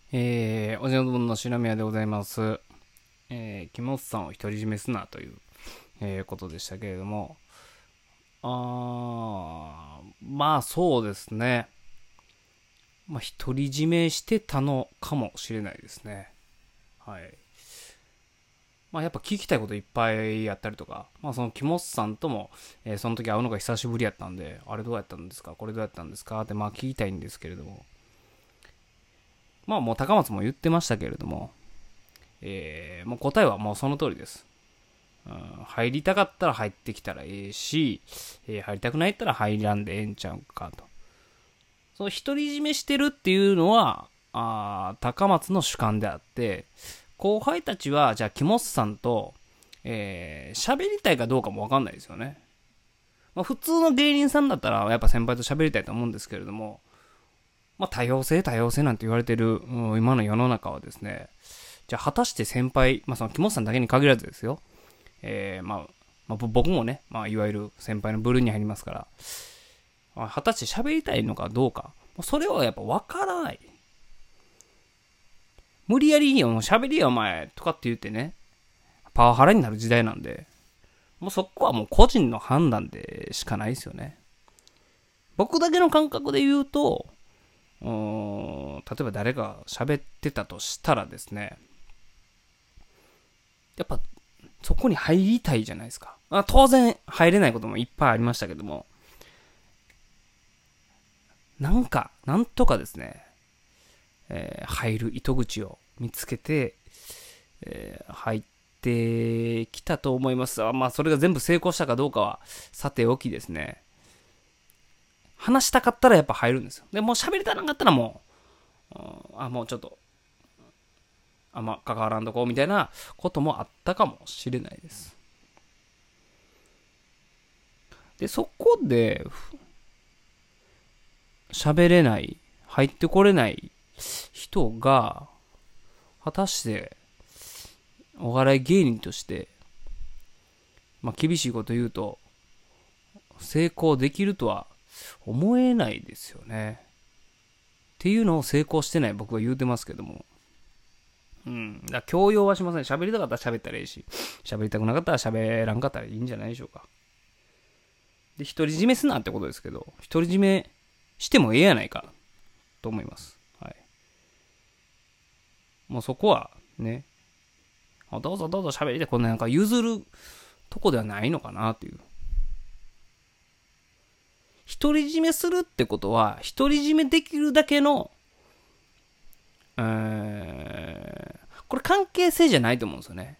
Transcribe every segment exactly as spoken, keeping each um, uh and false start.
えー、おじのどんの篠宮でございます。えー、木本さんを独り占めすなという、えー、ことでしたけれども、あー、まあそうですね。まあ独り占めしてたのかもしれないですね。はい。まあやっぱ聞きたいこといっぱいあったりとか、まあその木本さんとも、えーその時会うのが久しぶりやったんで、あれどうやったんですかこれどうやったんですかってまあ聞きたいんですけれども、まあもう高松も言ってましたけれども、えー、もう答えはもうその通りです。うん、入りたかったら入ってきたらええし、えー入りたくないったら入らんでええんちゃうかと。その独り占めしてるっていうのは、あ高松の主観であって、後輩たちは、じゃあ、木本さんと、えー、喋りたいかどうかもわかんないですよね。まあ、普通の芸人さんだったら、やっぱ先輩と喋りたいと思うんですけれども、まあ、多様性、多様性なんて言われてる、うん、今の世の中はですね、じゃあ、果たして先輩、まあ、その木本さんだけに限らずですよ。えー、まあ、まあ、僕もね、まあ、いわゆる先輩の部類に入りますから、果たして喋りたいのかどうか、それはやっぱ分からない。無理やりいいよ、もう喋りやお前とかって言ってね、パワハラになる時代なんで、もうそこはもう個人の判断でしかないですよね。僕だけの感覚で言うと、うーん例えば誰か喋ってたとしたらですね、やっぱそこに入りたいじゃないですか。あ当然入れないこともいっぱいありましたけども、なんか、なんとかですね、えー入る糸口を見つけて、えー入ってきたと思います。まあ、それが全部成功したかどうかはさておきですね、話したかったらやっぱ入るんですよ。で、もう喋りたなかったらもう、あ、もうちょっと、あんま関わらんとこうみたいなこともあったかもしれないです。で、そこで、喋れない、入ってこれない人が、果たして、お笑い芸人として、まあ、厳しいこと言うと、成功できるとは思えないですよね。っていうのを成功してない僕は言うてますけども。うん。だ強要はしません。喋りたかったら喋ったらいいし、喋りたくなかったら喋らんかったらいいんじゃないでしょうか。で、独り占めすなってことですけど、独り占めしてもええやないか、と思います。はい。もうそこは、ね、どうぞどうぞ喋りて、こんななんか譲るとこではないのかなっていう。独り占めするってことは、独り占めできるだけの、えー、これ関係性じゃないと思うんですよね。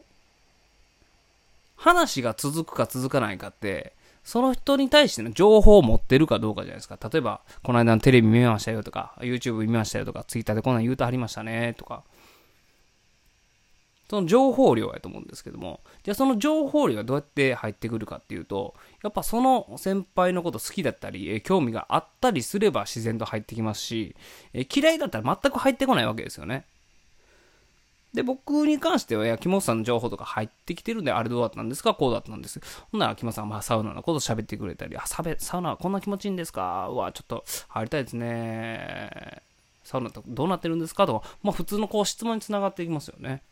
話が続くか続かないかって、その人に対しての情報を持ってるかどうかじゃないですか。例えば、この間のテレビ見ましたよとか、YouTube 見ましたよとか、Twitter でこんなん言うてはりましたねとか、その情報量やと思うんですけども、じゃあその情報量がどうやって入ってくるかっていうと、やっぱその先輩のこと好きだったり、えー興味があったりすれば自然と入ってきますし、えー嫌いだったら全く入ってこないわけですよね。で、僕に関しては、いや、木本さんの情報とか入ってきてるんで、あれどうだったんですかこうだったんです。ほんなら、木本さんはまあサウナのこと喋ってくれたり、あ、サベサウナはこんな気持ちいいんですかうわ、ちょっと入りたいですね。サウナとどうなってるんですかとか、まあ普通のこう質問につながっていきますよね。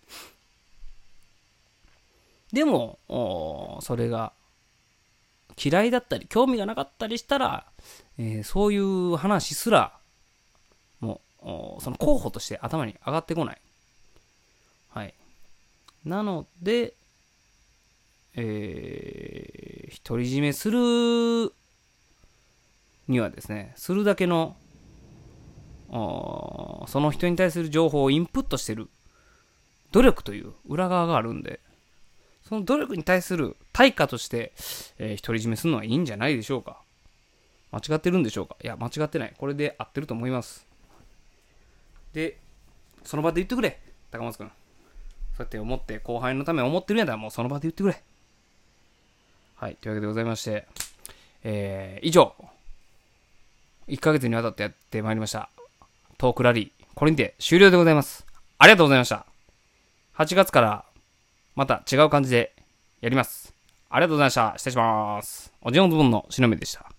でも、それが嫌いだったり、興味がなかったりしたら、えーそういう話すら、もう、その候補として頭に上がってこない。はい。なので、えー、独り占めするにはですね、するだけの、その人に対する情報をインプットしてる努力という裏側があるんで、その努力に対する対価として、えー、独り占めするのはいいんじゃないでしょうか。間違ってるんでしょうか。いや、間違ってない。これで合ってると思います。で、その場で言ってくれ、高松くん。そうやって思って、後輩のため思ってるんやったらもうその場で言ってくれ。はい、というわけでございまして、えー、以上、いっかげつにわたってやってまいりました。トークラリー。これにて終了でございます。ありがとうございました。はちがつからまた違う感じでやります。ありがとうございました。失礼します。おじの部分のしのめでした。